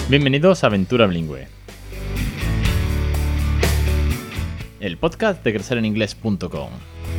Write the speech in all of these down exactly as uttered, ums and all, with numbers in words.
Bienvenidos a Aventura Bilingüe, el podcast de crecer en inglés punto com.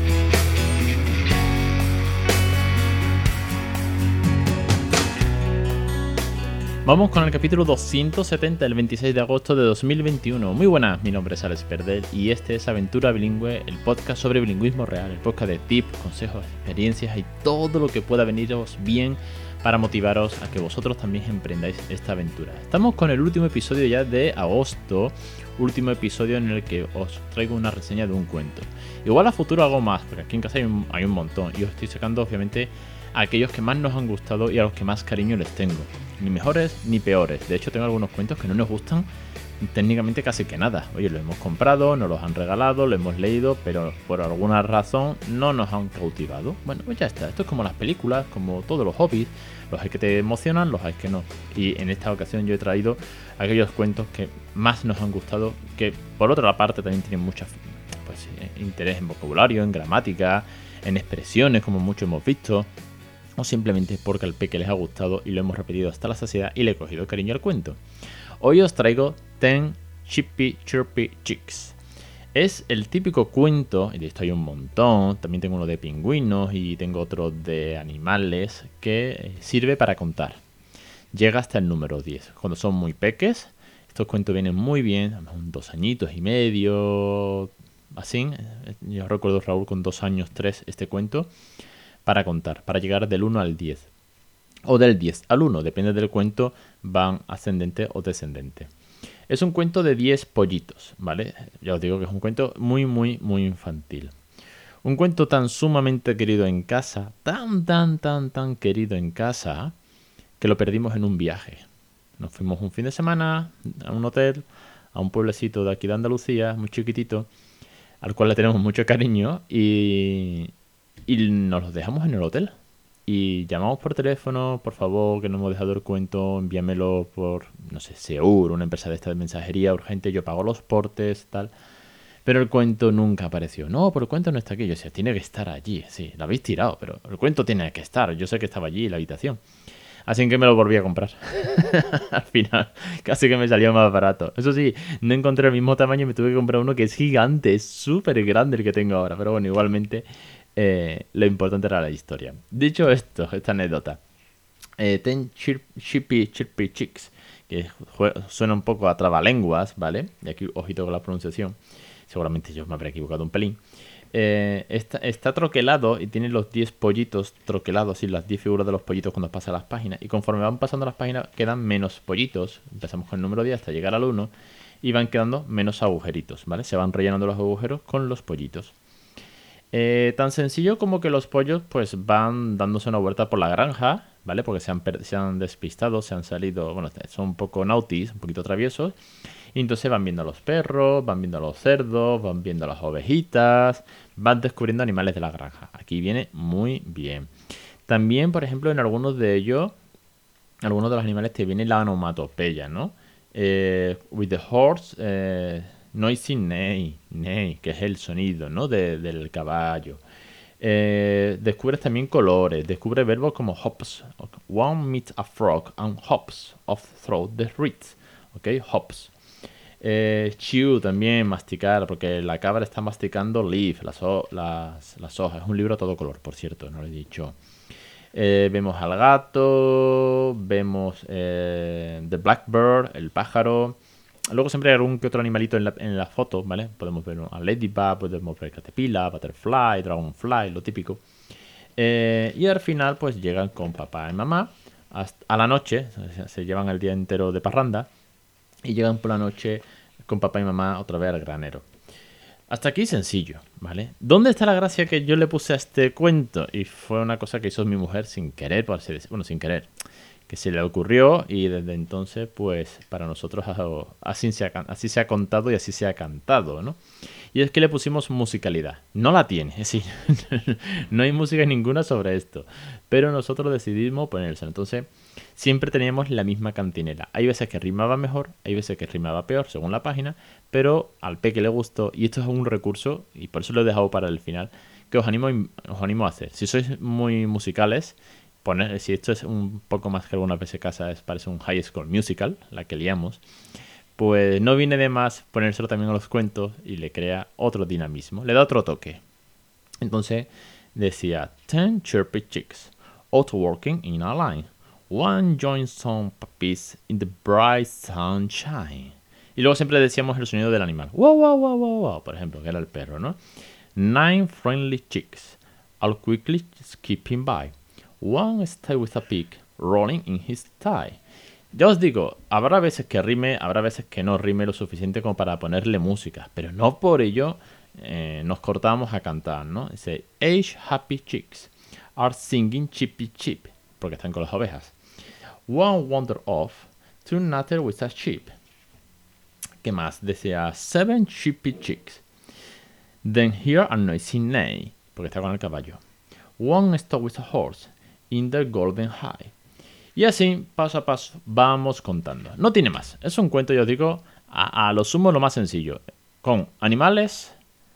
Vamos con el capítulo doscientos setenta del veintiséis de agosto de dos mil veintiuno. Muy buenas, mi nombre es Alex Perdel y este es Aventura Bilingüe, el podcast sobre bilingüismo real, el podcast de tips, consejos, experiencias y todo lo que pueda veniros bien para motivaros a que vosotros también emprendáis esta aventura. Estamos con el último episodio ya de agosto, último episodio en el que os traigo una reseña de un cuento. Igual a futuro hago más, porque aquí en casa hay un, hay un montón y os estoy sacando obviamente a aquellos que más nos han gustado y a los que más cariño les tengo. Ni mejores ni peores. De hecho tengo algunos cuentos que no nos gustan técnicamente casi que nada. Oye, los hemos comprado, nos los han regalado, lo hemos leído, pero por alguna razón no nos han cautivado. Bueno, pues ya está. Esto es como las películas, como todos los hobbies. Los hay que te emocionan, los hay que no. Y en esta ocasión yo he traído aquellos cuentos que más nos han gustado, que por otra parte también tienen mucho pues, interés en vocabulario, en gramática, en expresiones, como mucho hemos visto, o simplemente porque al peque les ha gustado y lo hemos repetido hasta la saciedad y le he cogido cariño al cuento. Hoy os traigo Ten Chippy Chirpy Chicks. Es el típico cuento, y de esto hay un montón, también tengo uno de pingüinos y tengo otro de animales, que sirve para contar. Llega hasta el número diez. Cuando son muy peques, estos cuentos vienen muy bien, dos añitos y medio, así. Yo recuerdo, Raúl, con dos años, tres, este cuento, para contar, para llegar del uno al diez. O del diez al uno, depende del cuento, van ascendente o descendente. Es un cuento de diez pollitos, ¿vale? Ya os digo que es un cuento muy, muy, muy infantil. Un cuento tan sumamente querido en casa, tan, tan, tan, tan querido en casa, que lo perdimos en un viaje. Nos fuimos un fin de semana a un hotel, a un pueblecito de aquí de Andalucía, muy chiquitito, al cual le tenemos mucho cariño y, y nos los dejamos en el hotel. Y llamamos por teléfono, por favor, que no hemos dejado el cuento, envíamelo por, no sé, Seur, una empresa de esta de mensajería urgente, yo pago los portes, tal. Pero el cuento nunca apareció. No, pero el cuento no está aquí. Yo decía, tiene que estar allí. Sí, lo habéis tirado, pero el cuento tiene que estar. Yo sé que estaba allí en la habitación. Así que me lo volví a comprar. Al final, casi que me salió más barato. Eso sí, no encontré el mismo tamaño y me tuve que comprar uno que es gigante, es súper grande el que tengo ahora. Pero bueno, igualmente... Eh, lo importante era la historia. Dicho esto, esta anécdota, eh, Ten chirp, Chippy Chirpy Chicks, que suena un poco a trabalenguas, ¿vale? Y aquí ojito con la pronunciación, seguramente yo me habré equivocado un pelín. Eh, está, está troquelado y tiene los diez pollitos troquelados y las diez figuras de los pollitos cuando pasa las páginas, y conforme van pasando las páginas quedan menos pollitos. Empezamos con el número diez hasta llegar al uno y van quedando menos agujeritos, ¿vale? Se van rellenando los agujeros con los pollitos. Eh, tan sencillo como que los pollos pues van dándose una vuelta por la granja, ¿vale? Porque se han, se han despistado, se han salido, bueno, son un poco nautis, un poquito traviesos. Y entonces van viendo a los perros, van viendo a los cerdos, van viendo a las ovejitas, van descubriendo animales de la granja. Aquí viene muy bien. También, por ejemplo, en algunos de ellos, algunos de los animales te viene la onomatopeya, ¿no? Eh, with the horse... Eh, Noisy neigh, neigh, que es el sonido, ¿no? de, del caballo. Eh, descubres también colores, descubre verbos como hops. One meets a frog and hops off through the reeds. ¿Ok? Hops. Eh, chew también, masticar, porque la cabra está masticando leaf, las, las, las hojas. Es un libro a todo color, por cierto, no lo he dicho. Eh, vemos al gato, vemos eh, the blackbird, el pájaro. Luego siempre hay algún que otro animalito en la, en la foto, ¿vale? Podemos ver a ladybug, podemos ver caterpillar, butterfly, dragonfly, lo típico. Eh, y al final pues llegan con papá y mamá hasta a la noche, se, se llevan el día entero de parranda y llegan por la noche con papá y mamá otra vez al granero. Hasta aquí sencillo, ¿vale? ¿Dónde está la gracia que yo le puse a este cuento? Y fue una cosa que hizo mi mujer sin querer, por así decirlo. Bueno, sin querer. Que se le ocurrió y desde entonces, pues, para nosotros así se ha, así se ha contado y así se ha cantado, ¿no? Y es que le pusimos musicalidad. No la tiene, es decir, no hay música ninguna sobre esto. Pero nosotros decidimos ponerse. Entonces, siempre teníamos la misma cantinela. Hay veces que rimaba mejor, hay veces que rimaba peor, según la página, pero al peque le gustó. Y esto es un recurso, y por eso lo he dejado para el final, que os animo, os animo a hacer. Si sois muy musicales, poner, si esto es un poco más que algunas veces casa, es, parece un High School Musical, la que liamos, pues no viene de más ponérselo también a los cuentos y le crea otro dinamismo, le da otro toque. Entonces decía, ten chirpy chicks, out working in a line. One joins some puppies in the bright sunshine. Y luego siempre decíamos el sonido del animal. Wow, wow, wow, wow, wow, por ejemplo, que era el perro, ¿no? Nine friendly chicks, all quickly skipping by. One stay with a pig, rolling in his tie. Ya os digo, habrá veces que rime, habrá veces que no rime lo suficiente como para ponerle música, pero no por ello eh, nos cortamos a cantar, ¿no? Dice, age happy chicks are singing chippy chip, porque están con las ovejas. One wander off to natter with a sheep. ¿Qué más? Decía, seven chippy chicks. Then hear a noisy neigh, porque está con el caballo. One stop with a horse in the golden high. Y así, paso a paso, vamos contando. No tiene más. Es un cuento, yo os digo, a, a lo sumo lo más sencillo. Con animales,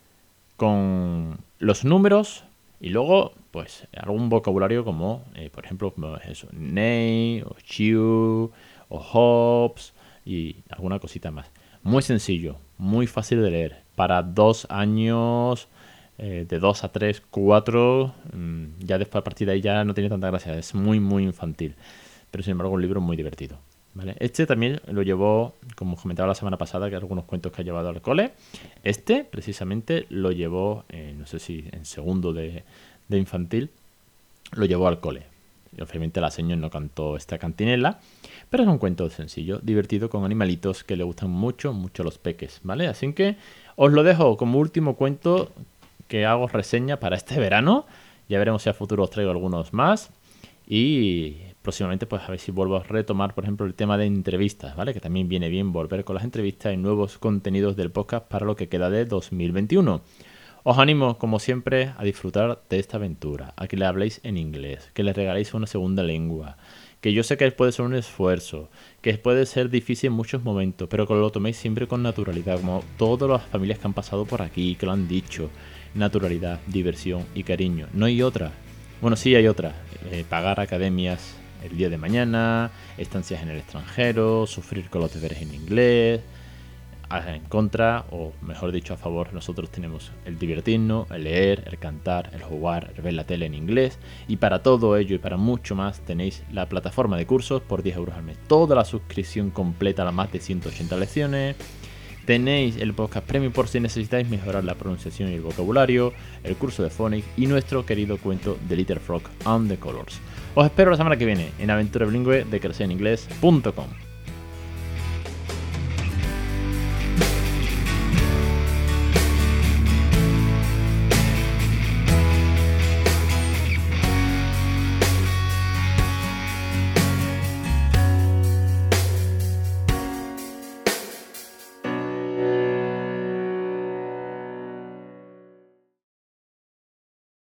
con los números y luego, pues, algún vocabulario como, eh, por ejemplo, eso, neigh, o chew, o hops y alguna cosita más. Muy sencillo, muy fácil de leer. Para dos años, eh, de dos a tres, cuatro, mmm, ya después a partir de ahí ya no tiene tanta gracia. Es muy, muy infantil. Pero sin embargo un libro muy divertido, ¿vale? Este también lo llevó, como comentaba la semana pasada, que algunos cuentos que ha llevado al cole. Este, precisamente, lo llevó, eh, no sé si en segundo de, de infantil, lo llevó al cole. Y obviamente la señora no cantó esta cantinela, pero es un cuento sencillo, divertido, con animalitos que le gustan mucho, mucho los peques, ¿vale? Así que os lo dejo como último cuento que hago reseña para este verano. Ya veremos si a futuro os traigo algunos más. Y próximamente, pues a ver si vuelvo a retomar, por ejemplo, el tema de entrevistas, ¿vale? Que también viene bien volver con las entrevistas y nuevos contenidos del podcast para lo que queda de dos mil veintiuno. Os animo, como siempre, a disfrutar de esta aventura, a que le habléis en inglés, que le regaléis una segunda lengua, que yo sé que puede ser un esfuerzo, que puede ser difícil en muchos momentos, pero que lo toméis siempre con naturalidad, como todas las familias que han pasado por aquí, que lo han dicho. Naturalidad, diversión y cariño. No hay otra. Bueno, sí hay otra. Eh, pagar academias el día de mañana, estancias en el extranjero, sufrir con los deberes en inglés. En contra, o mejor dicho a favor, nosotros tenemos el divertirnos, el leer, el cantar, el jugar, el ver la tele en inglés. Y para todo ello y para mucho más tenéis la plataforma de cursos por diez euros al mes. Toda la suscripción completa a las más de ciento ochenta lecciones. Tenéis el podcast premium por si necesitáis mejorar la pronunciación y el vocabulario, el curso de Phonics y nuestro querido cuento The Little Frog and the Colors. Os espero la semana que viene en Aventura Bilingüe de crecer en inglés punto com.